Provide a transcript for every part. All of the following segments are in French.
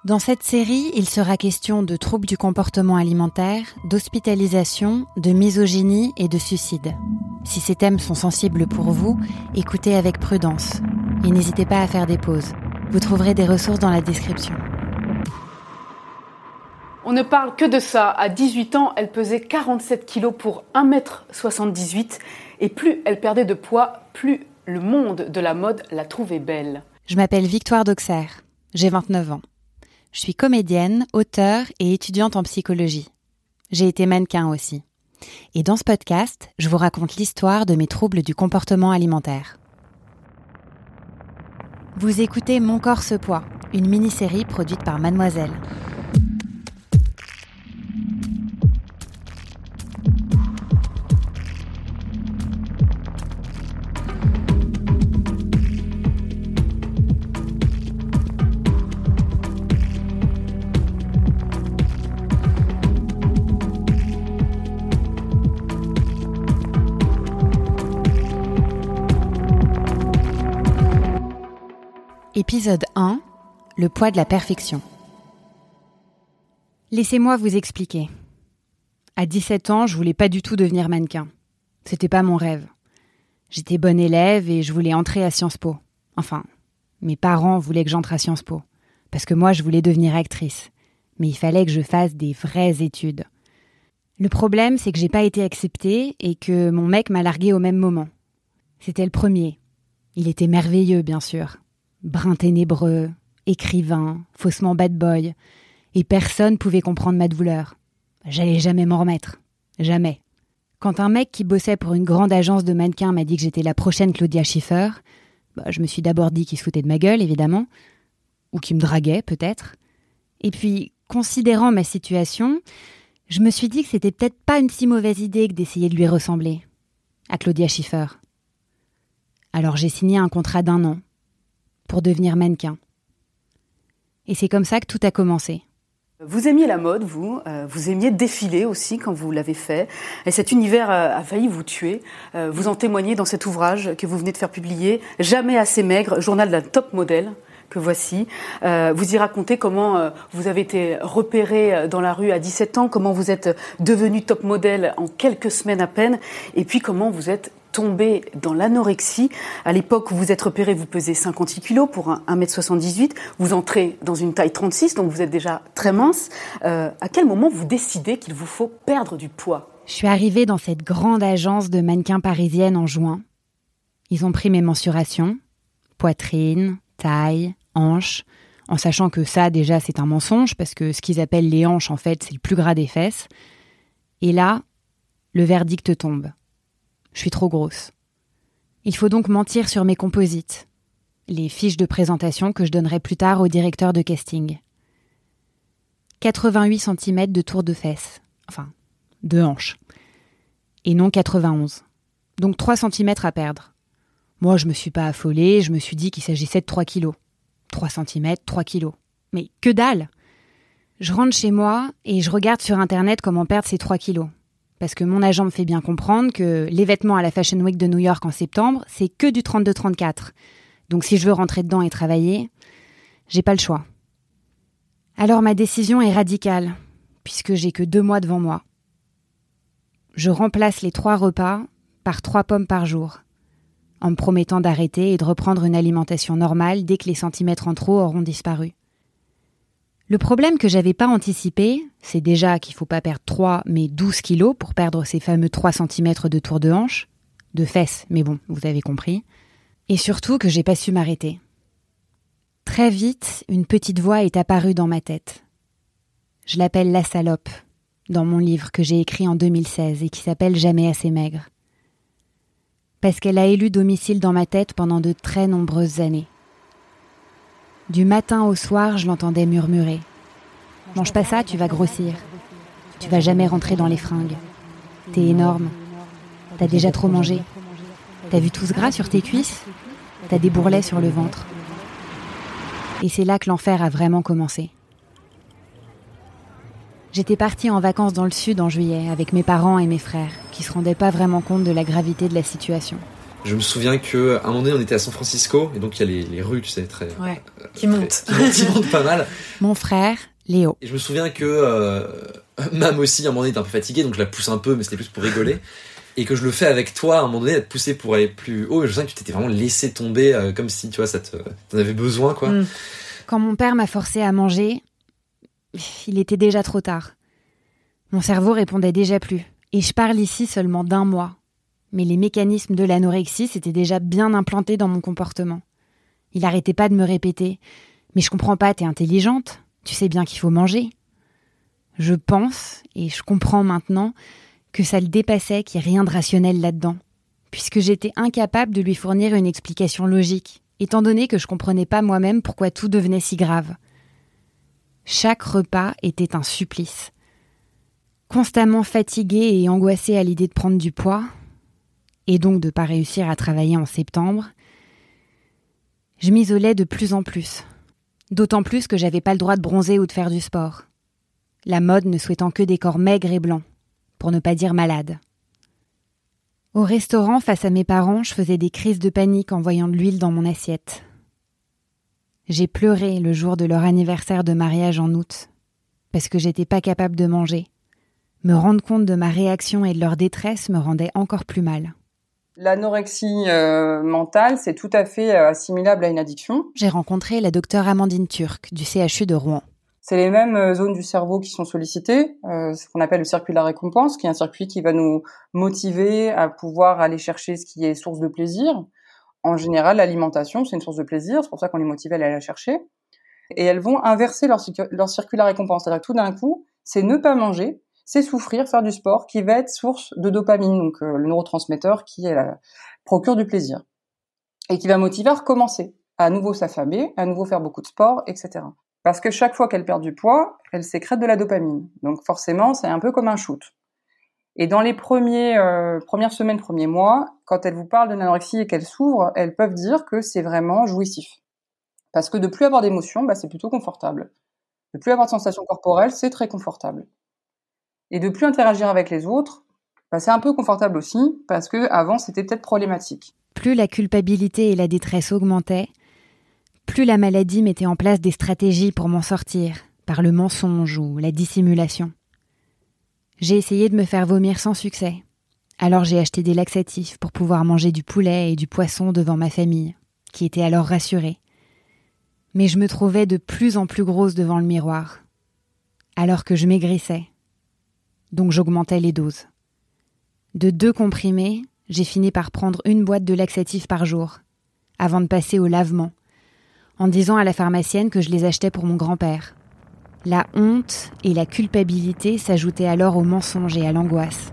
Dans cette série, il sera question de troubles du comportement alimentaire, d'hospitalisation, de misogynie et de suicide. Si ces thèmes sont sensibles pour vous, écoutez avec prudence et n'hésitez pas à faire des pauses. Vous trouverez des ressources dans la description. On ne parle que de ça. À 18 ans, elle pesait 47 kilos pour 1,78 m. Et plus elle perdait de poids, plus le monde de la mode la trouvait belle. Je m'appelle Victoire d'Auxerre. J'ai 29 ans. Je suis comédienne, auteure et étudiante en psychologie. J'ai été mannequin aussi. Et dans ce podcast, je vous raconte l'histoire de mes troubles du comportement alimentaire. Vous écoutez Mon corps ce poids, une mini-série produite par Mademoiselle. Épisode 1, le poids de la perfection. Laissez-moi vous expliquer. À 17 ans, je voulais pas du tout devenir mannequin. C'était pas mon rêve. J'étais bonne élève et je voulais entrer à Sciences Po. Enfin, mes parents voulaient que j'entre à Sciences Po. Parce que moi, je voulais devenir actrice. Mais il fallait que je fasse des vraies études. Le problème, c'est que j'ai pas été acceptée et que mon mec m'a larguée au même moment. C'était le premier. Il était merveilleux, bien sûr. Brun ténébreux, écrivain, faussement bad boy, et personne pouvait comprendre ma douleur. J'allais jamais m'en remettre. Jamais. Quand un mec qui bossait pour une grande agence de mannequins m'a dit que j'étais la prochaine Claudia Schiffer, je me suis d'abord dit qu'il se foutait de ma gueule, évidemment, ou qu'il me draguait, peut-être. Et puis, considérant ma situation, je me suis dit que c'était peut-être pas une si mauvaise idée que d'essayer de lui ressembler, à Claudia Schiffer. Alors j'ai signé un contrat d'1 an, pour devenir mannequin. Et c'est comme ça que tout a commencé. Vous aimiez la mode, vous aimiez défiler aussi quand vous l'avez fait. Et cet univers a failli vous tuer. Vous en témoignez dans cet ouvrage que vous venez de faire publier, Jamais assez maigre, journal d'un top modèle, que voici. Vous y racontez comment vous avez été repéré dans la rue à 17 ans, comment vous êtes devenu top modèle en quelques semaines à peine, et puis comment vous êtes tombé dans l'anorexie. À l'époque où vous êtes repéré, vous pesez 56 kilos pour 1,78 m. Vous entrez dans une taille 36, donc vous êtes déjà très mince. À quel moment vous décidez qu'il vous faut perdre du poids ? Je suis arrivée dans cette grande agence de mannequins parisienne en juin. Ils ont pris mes mensurations, poitrine, taille, hanches, en sachant que ça, déjà, c'est un mensonge, parce que ce qu'ils appellent les hanches, en fait, c'est le plus gras des fesses. Et là, le verdict tombe. Je suis trop grosse. Il faut donc mentir sur mes composites, les fiches de présentation que je donnerai plus tard au directeur de casting. 88 cm de tour de fesses, enfin, de hanches, et non 91. Donc 3 cm à perdre. Moi, je me suis pas affolée, je me suis dit qu'il s'agissait de 3 kilos. 3 cm, 3 kilos. Mais que dalle ! Je rentre chez moi et je regarde sur Internet comment perdre ces 3 kilos. Parce que mon agent me fait bien comprendre que les vêtements à la Fashion Week de New York en septembre, c'est que du 32-34. Donc si je veux rentrer dedans et travailler, j'ai pas le choix. Alors ma décision est radicale, puisque j'ai que 2 mois devant moi. Je remplace les 3 repas par 3 pommes par jour, en me promettant d'arrêter et de reprendre une alimentation normale dès que les centimètres en trop auront disparu. Le problème que j'avais pas anticipé, c'est déjà qu'il faut pas perdre 3 mais 12 kilos pour perdre ces fameux 3 cm de tour de hanche, de fesses, mais bon, vous avez compris. Et surtout que j'ai pas su m'arrêter. Très vite, une petite voix est apparue dans ma tête. Je l'appelle la salope, dans mon livre que j'ai écrit en 2016 et qui s'appelle Jamais assez maigre. Parce qu'elle a élu domicile dans ma tête pendant de très nombreuses années. Du matin au soir, je l'entendais murmurer. « Mange pas ça, tu vas grossir. Tu vas jamais rentrer dans les fringues. T'es énorme. T'as déjà trop mangé. T'as vu tout ce gras sur tes cuisses ? T'as des bourrelets sur le ventre. » Et c'est là que l'enfer a vraiment commencé. J'étais partie en vacances dans le sud en juillet avec mes parents et mes frères, qui se rendaient pas vraiment compte de la gravité de la situation. Je me souviens qu'à un moment donné, on était à San Francisco, et donc il y a les rues, tu sais, qui montent. Qui montent pas mal. Mon frère, Léo. Et je me souviens que Mam aussi, à un moment donné, était un peu fatiguée, donc je la pousse un peu, mais c'était plus pour rigoler. Et que je le fais avec toi, à un moment donné, à te pousser pour aller plus haut. Et je sens que tu t'étais vraiment laissé tomber, comme si, tu vois, t'en avais besoin, quoi. Quand mon père m'a forcé à manger, il était déjà trop tard. Mon cerveau répondait déjà plus. Et je parle ici seulement d'1 mois. Mais les mécanismes de l'anorexie s'étaient déjà bien implantés dans mon comportement. Il arrêtait pas de me répéter « Mais je comprends pas, t'es intelligente, tu sais bien qu'il faut manger ». Je pense, et je comprends maintenant, que ça le dépassait, qu'il n'y ait rien de rationnel là-dedans, puisque j'étais incapable de lui fournir une explication logique, étant donné que je comprenais pas moi-même pourquoi tout devenait si grave. Chaque repas était un supplice. Constamment fatiguée et angoissée à l'idée de prendre du poids, et donc de pas réussir à travailler en septembre, je m'isolais de plus en plus. D'autant plus que j'avais pas le droit de bronzer ou de faire du sport. La mode ne souhaitant que des corps maigres et blancs, pour ne pas dire malades. Au restaurant, face à mes parents, je faisais des crises de panique en voyant de l'huile dans mon assiette. J'ai pleuré le jour de leur anniversaire de mariage en août, parce que j'étais pas capable de manger. Me rendre compte de ma réaction et de leur détresse me rendait encore plus mal. L'anorexie mentale, c'est tout à fait assimilable à une addiction. J'ai rencontré la docteure Amandine Turc du CHU de Rouen. C'est les mêmes zones du cerveau qui sont sollicitées, ce qu'on appelle le circuit de la récompense, qui est un circuit qui va nous motiver à pouvoir aller chercher ce qui est source de plaisir. En général, l'alimentation, c'est une source de plaisir, c'est pour ça qu'on est motivé à aller la chercher. Et elles vont inverser leur circuit de la récompense. C'est-à-dire que tout d'un coup, c'est ne pas manger, c'est souffrir, faire du sport, qui va être source de dopamine, donc le neurotransmetteur qui procure du plaisir. Et qui va motiver à recommencer, à nouveau s'affamer, à nouveau faire beaucoup de sport, etc. Parce que chaque fois qu'elle perd du poids, elle sécrète de la dopamine. Donc forcément, c'est un peu comme un shoot. Et dans les premières semaines, premiers mois, quand elles vous parlent de l'anorexie et qu'elles s'ouvrent, elles peuvent dire que c'est vraiment jouissif. Parce que de plus avoir d'émotions, c'est plutôt confortable. De plus avoir de sensations corporelles, c'est très confortable. Et de plus interagir avec les autres, c'est un peu confortable aussi, parce que avant c'était peut-être problématique. Plus la culpabilité et la détresse augmentaient, plus la maladie mettait en place des stratégies pour m'en sortir, par le mensonge ou la dissimulation. J'ai essayé de me faire vomir sans succès. Alors j'ai acheté des laxatifs pour pouvoir manger du poulet et du poisson devant ma famille, qui était alors rassurée. Mais je me trouvais de plus en plus grosse devant le miroir, alors que je maigrissais. Donc j'augmentais les doses. De 2 comprimés, j'ai fini par prendre 1 boîte de laxatifs par jour, avant de passer au lavement, en disant à la pharmacienne que je les achetais pour mon grand-père. La honte et la culpabilité s'ajoutaient alors aux mensonges et à l'angoisse.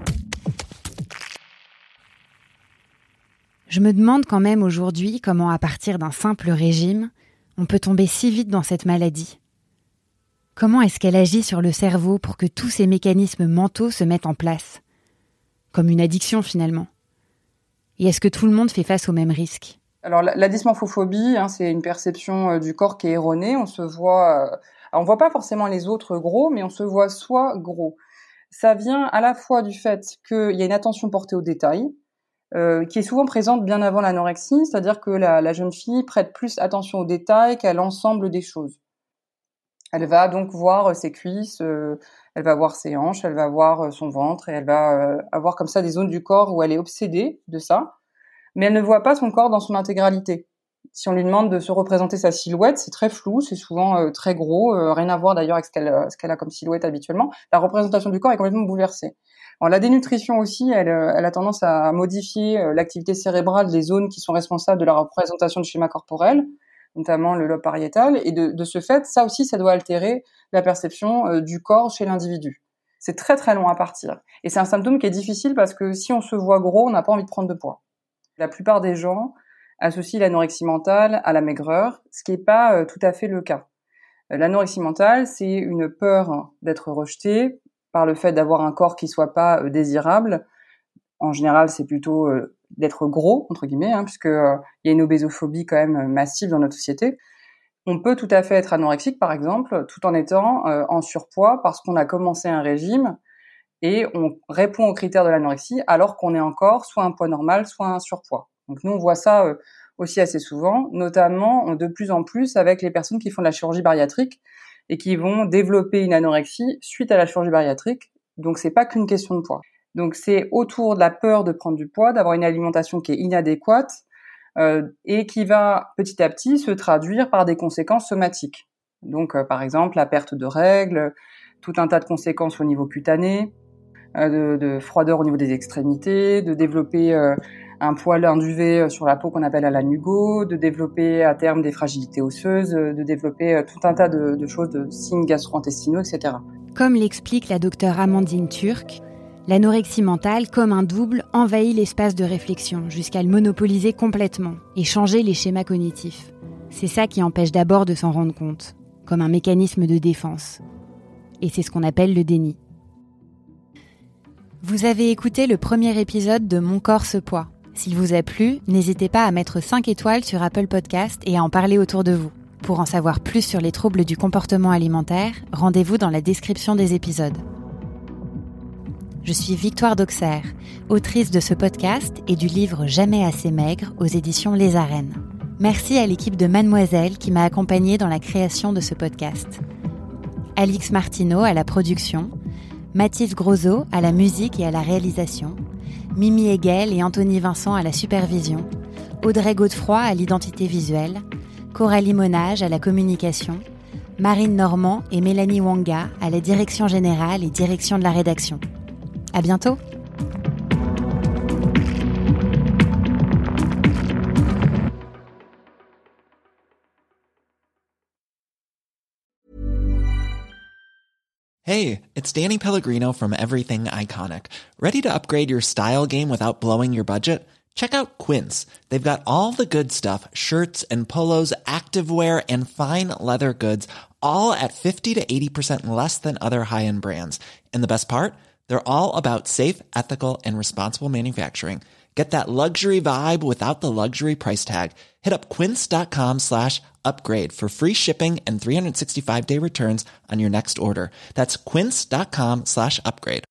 Je me demande quand même aujourd'hui comment, à partir d'un simple régime, on peut tomber si vite dans cette maladie. Comment est-ce qu'elle agit sur le cerveau pour que tous ces mécanismes mentaux se mettent en place ? Comme une addiction finalement. Et est-ce que tout le monde fait face au même risque ? Alors la dysmorphophobie, c'est une perception du corps qui est erronée. On voit pas forcément les autres gros, mais on se voit soi gros. Ça vient à la fois du fait qu'il y a une attention portée aux détails, qui est souvent présente bien avant l'anorexie, c'est-à-dire que la jeune fille prête plus attention aux détails qu'à l'ensemble des choses. Elle va donc voir ses cuisses, elle va voir ses hanches, elle va voir son ventre, et elle va avoir comme ça des zones du corps où elle est obsédée de ça. Mais elle ne voit pas son corps dans son intégralité. Si on lui demande de se représenter sa silhouette, c'est très flou, c'est souvent très gros, rien à voir d'ailleurs avec ce qu'elle a comme silhouette habituellement. La représentation du corps est complètement bouleversée. Alors, la dénutrition aussi, elle a tendance à modifier l'activité cérébrale des zones qui sont responsables de la représentation du schéma corporel, notamment le lobe pariétal, et de ce fait, ça aussi, ça doit altérer la perception du corps chez l'individu. C'est très très long à partir. Et c'est un symptôme qui est difficile parce que si on se voit gros, on n'a pas envie de prendre de poids. La plupart des gens associent l'anorexie mentale à la maigreur, ce qui n'est pas tout à fait le cas. L'anorexie mentale, c'est une peur d'être rejeté par le fait d'avoir un corps qui soit pas désirable. En général, c'est plutôt d'être gros, entre guillemets, puisque y a une obésophobie quand même massive dans notre société. On peut tout à fait être anorexique, par exemple, tout en étant en surpoids parce qu'on a commencé un régime et on répond aux critères de l'anorexie alors qu'on est encore soit un poids normal, soit un surpoids. Donc nous, on voit ça aussi assez souvent, notamment de plus en plus avec les personnes qui font de la chirurgie bariatrique et qui vont développer une anorexie suite à la chirurgie bariatrique. Donc c'est pas qu'une question de poids. Donc c'est autour de la peur de prendre du poids, d'avoir une alimentation qui est inadéquate et qui va petit à petit se traduire par des conséquences somatiques. Donc par exemple la perte de règles, tout un tas de conséquences au niveau cutané, de froideur au niveau des extrémités, de développer un poil induvé sur la peau qu'on appelle à lanugo, de développer à terme des fragilités osseuses, de développer tout un tas de choses, de signes gastro-intestinaux, etc. Comme l'explique la docteure Amandine Turc, l'anorexie mentale, comme un double, envahit l'espace de réflexion jusqu'à le monopoliser complètement et changer les schémas cognitifs. C'est ça qui empêche d'abord de s'en rendre compte, comme un mécanisme de défense. Et c'est ce qu'on appelle le déni. Vous avez écouté le premier épisode de Mon corps ce poids. S'il vous a plu, n'hésitez pas à mettre 5 étoiles sur Apple Podcast et à en parler autour de vous. Pour en savoir plus sur les troubles du comportement alimentaire, rendez-vous dans la description des épisodes. Je suis Victoire d'Auxerre, autrice de ce podcast et du livre Jamais assez maigre aux éditions Les Arènes. Merci à l'équipe de Mademoiselle qui m'a accompagnée dans la création de ce podcast. Alix Martineau à la production, Mathis Grosot à la musique et à la réalisation, Mimi Hegel et Anthony Vincent à la supervision, Audrey Godefroy à l'identité visuelle, Coralie Monage à la communication, Marine Normand et Mélanie Wanga à la direction générale et direction de la rédaction. À bientôt! Hey, it's Danny Pellegrino from Everything Iconic. Ready to upgrade your style game without blowing your budget? Check out Quince. They've got all the good stuff, shirts and polos, activewear, and fine leather goods, all at 50 to 80% less than other high-end brands. And the best part? They're all about safe, ethical, and responsible manufacturing. Get that luxury vibe without the luxury price tag. Hit up quince.com/upgrade for free shipping and 365-day returns on your next order. That's quince.com/upgrade.